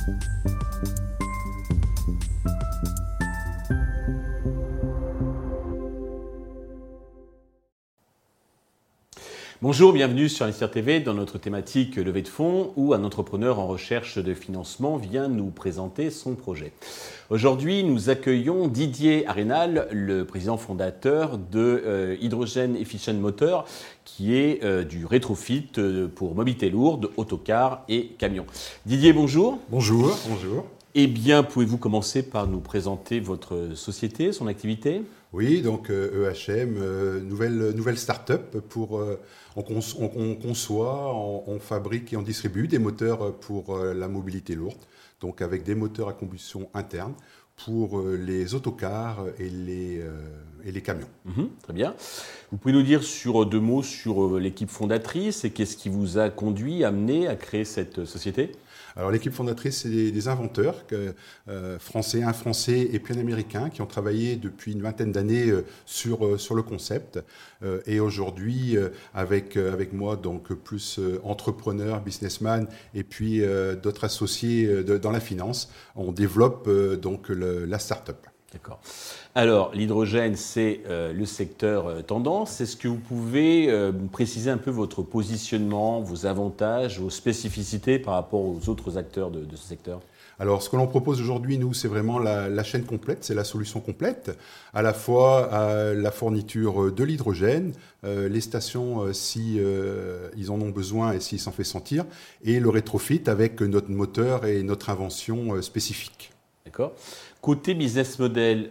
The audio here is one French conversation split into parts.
Bonjour, bienvenue sur Investir TV dans notre thématique levée de fonds où un entrepreneur en recherche de financement vient nous présenter son projet. Aujourd'hui, nous accueillons Didier Arénal, le président fondateur de Hydrogen Efficient Motor, qui est du rétrofit pour mobilité lourde, autocars et camions. Didier, bonjour. Bonjour, bonjour. Eh bien, pouvez-vous commencer par nous présenter votre société, son activité ? Oui, donc EHM, nouvelle start-up pour on conçoit, on fabrique et on distribue des moteurs pour la mobilité lourde, donc avec des moteurs à combustion interne pour les autocars et les camions. Très bien. Vous pouvez nous dire deux mots sur l'équipe fondatrice et qu'est-ce qui vous a conduit, amené à créer cette société ? Alors l'équipe fondatrice, c'est des inventeurs, un Français et puis un Américain, qui ont travaillé depuis une vingtaine d'années sur le concept. Et aujourd'hui, avec moi, donc plus entrepreneur, businessman, et puis d'autres associés dans la finance, on développe donc la start-up. D'accord. Alors, l'hydrogène, c'est le secteur tendance. Est-ce que vous pouvez préciser un peu votre positionnement, vos avantages, vos spécificités par rapport aux autres acteurs de ce secteur ? Alors, ce que l'on propose aujourd'hui, nous, c'est vraiment la chaîne complète, c'est la solution complète, à la fois la fourniture de l'hydrogène, les stations si ils en ont besoin et s'ils s'en fait sentir, et le rétrofit avec notre moteur et notre invention spécifique. D'accord. Côté business model,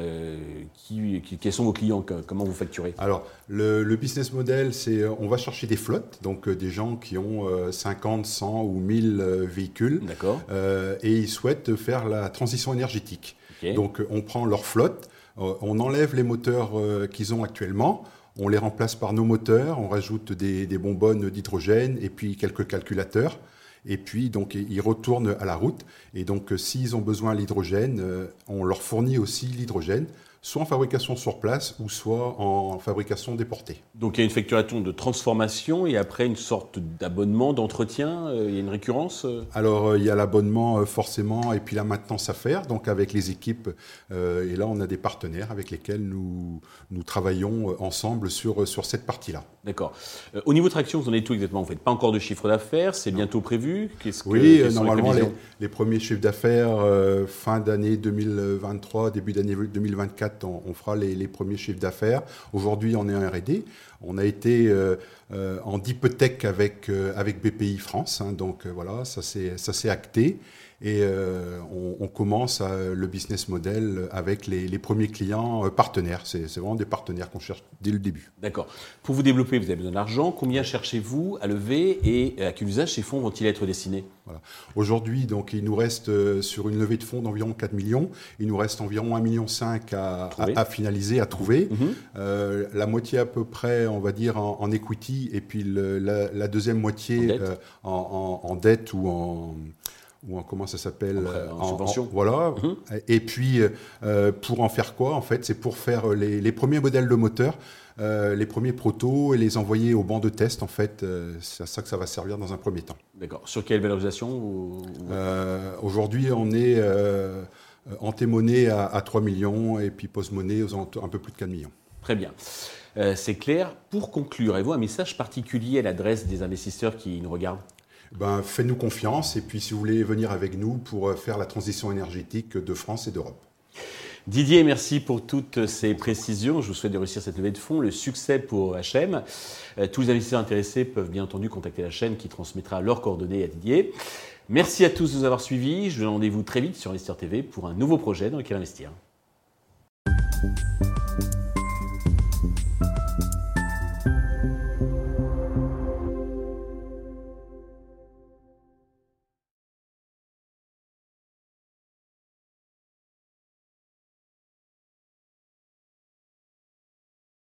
quels sont vos clients ? Comment vous facturez ? Alors, le business model, c'est on va chercher des flottes, donc des gens qui ont 50, 100 ou 1000 véhicules. D'accord. Et ils souhaitent faire la transition énergétique. Okay. Donc, on prend leur flotte, on enlève les moteurs qu'ils ont actuellement, on les remplace par nos moteurs, on rajoute des bonbonnes d'hydrogène et puis quelques calculateurs. Et puis, donc, ils retournent à la route. Et donc, s'ils ont besoin de l'hydrogène, on leur fournit aussi l'hydrogène, soit en fabrication sur place ou soit en fabrication déportée. Donc, il y a une facturation de transformation et après une sorte d'abonnement, d'entretien. Il y a une récurrence ? Alors, il y a l'abonnement forcément et puis la maintenance à faire, donc avec les équipes. Et là, on a des partenaires avec lesquels nous travaillons ensemble sur cette partie-là. D'accord. Au niveau de traction, vous en êtes où exactement ? Vous ne faites pas encore de chiffre d'affaires, c'est bientôt prévu ? Oui, normalement, les premiers chiffres d'affaires, fin d'année 2023, début d'année 2024, on fera les premiers chiffres d'affaires. Aujourd'hui, on est en R&D. On a été en deep tech avec BPI France, hein, donc voilà, ça s'est acté. Et on commence le business model avec les premiers clients partenaires. C'est vraiment des partenaires qu'on cherche dès le début. D'accord. Pour vous développer, vous avez besoin d'argent. Combien cherchez-vous à lever et à quel usage ces fonds vont-ils être destinés ? Voilà. Aujourd'hui, donc, il nous reste sur une levée de fonds d'environ 4 millions. Il nous reste environ 1,5 million à finaliser, à trouver. La moitié à peu près, on va dire, en equity et puis la deuxième moitié en dette ou en comment ça s'appelle en subvention. Voilà. Et puis, pour en faire quoi ? En fait, c'est pour faire les premiers modèles de moteurs, les premiers protos et les envoyer au banc de test. En fait, c'est à ça que ça va servir dans un premier temps. D'accord. Sur quelle valorisation Aujourd'hui, on est anté-monnaie à 3 millions et puis post-monnaie un peu plus de 4 millions. Très bien. C'est clair. Pour conclure, avez-vous un message particulier à l'adresse des investisseurs qui nous regardent ? Faites-nous confiance et puis si vous voulez venir avec nous pour faire la transition énergétique de France et d'Europe. Didier, merci pour toutes ces précisions. Je vous souhaite de réussir cette levée de fonds, le succès pour HM. Tous les investisseurs intéressés peuvent bien entendu contacter la chaîne qui transmettra leurs coordonnées à Didier. Merci à tous de nous avoir suivis. Je vous donne rendez-vous très vite sur Investir TV pour un nouveau projet dans lequel investir.